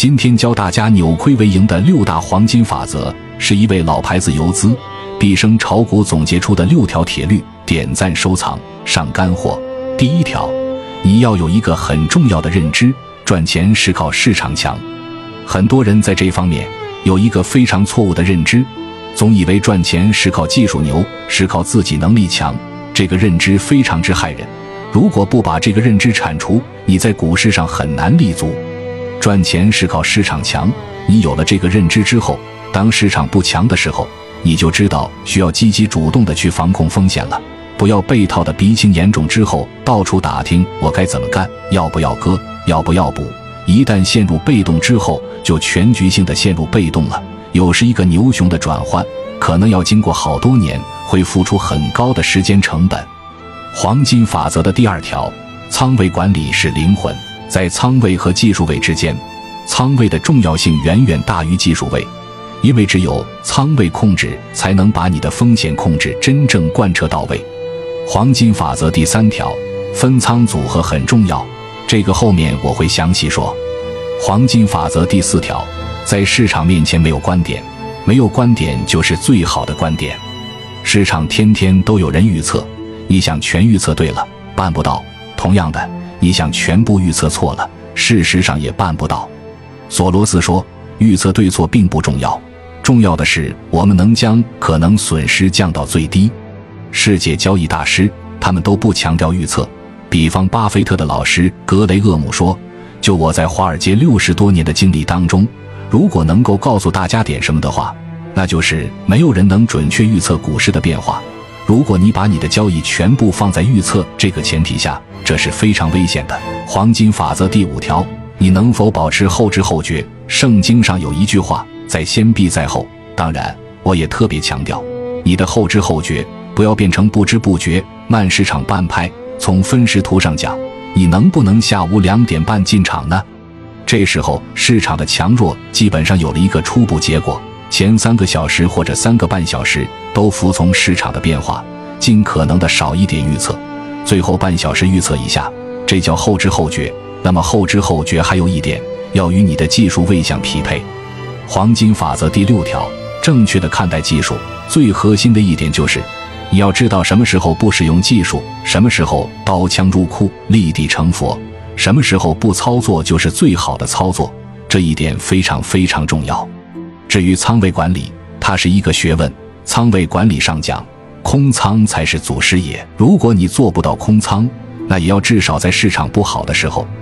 今天教大家扭亏为盈的6大黄金法则，是一位老牌子游资毕生炒股总结出的6条铁律，点赞收藏，上干货。第1条，你要有一个很重要的认知，赚钱是靠市场强。很多人在这方面有一个非常错误的认知，总以为赚钱是靠技术牛，是靠自己能力强，这个认知非常之害人。如果不把这个认知铲除，你在股市上很难立足。赚钱是靠市场强，你有了这个认知之后，当市场不强的时候，你就知道需要积极主动的去防控风险了。不要被套的鼻青眼肿之后到处打听我该怎么干，要不要割，要不要补。一旦陷入被动之后，就全局性的陷入被动了。有时一个牛熊的转换可能要经过好多年，会付出很高的时间成本。黄金法则的第2条，仓位管理是灵魂。在仓位和技术位之间，仓位的重要性远远大于技术位，因为只有仓位控制才能把你的风险控制真正贯彻到位。黄金法则第3条，分仓组合很重要，这个后面我会详细说。黄金法则第4条，在市场面前没有观点，没有观点就是最好的观点。市场天天都有人预测，你想全预测对了，办不到。同样的，你想全部预测错了，事实上也办不到。索罗斯说，预测对错并不重要，重要的是我们能将可能损失降到最低。世界交易大师他们都不强调预测，比方巴菲特的老师格雷厄姆说，就我在华尔街60多年的经历当中，如果能够告诉大家点什么的话，那就是没有人能准确预测股市的变化。如果你把你的交易全部放在预测这个前提下，这是非常危险的。黄金法则第5条，你能否保持后知后觉？圣经上有一句话，在先必在后。当然，我也特别强调，你的后知后觉不要变成不知不觉，慢市场半拍。从分时图上讲，你能不能下午2点半进场呢？这时候市场的强弱基本上有了一个初步结果，前3个小时或者3个半小时都服从市场的变化，尽可能的少一点预测，最后半小时预测一下，这叫后知后觉。那么后知后觉还有一点，要与你的技术位相匹配。黄金法则第6条，正确的看待技术，最核心的一点就是你要知道什么时候不使用技术，什么时候刀枪入库，立地成佛，什么时候不操作就是最好的操作，这一点非常非常重要。至于仓位管理，它是一个学问，仓位管理上讲，空仓才是祖师爷。如果你做不到空仓，那也要至少在市场不好的时候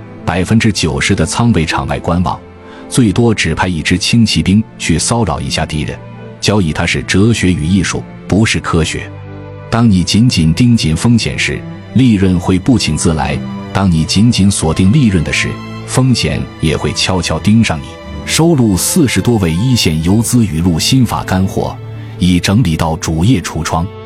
，90%的仓位场外观望，最多只派一支轻骑兵去骚扰一下敌人。交易它是哲学与艺术，不是科学。当你紧紧盯紧风险时，利润会不请自来；当你紧紧锁定利润的时，风险也会悄悄盯上你。收录40多位一线游资语录心法干货，已整理到主页橱窗。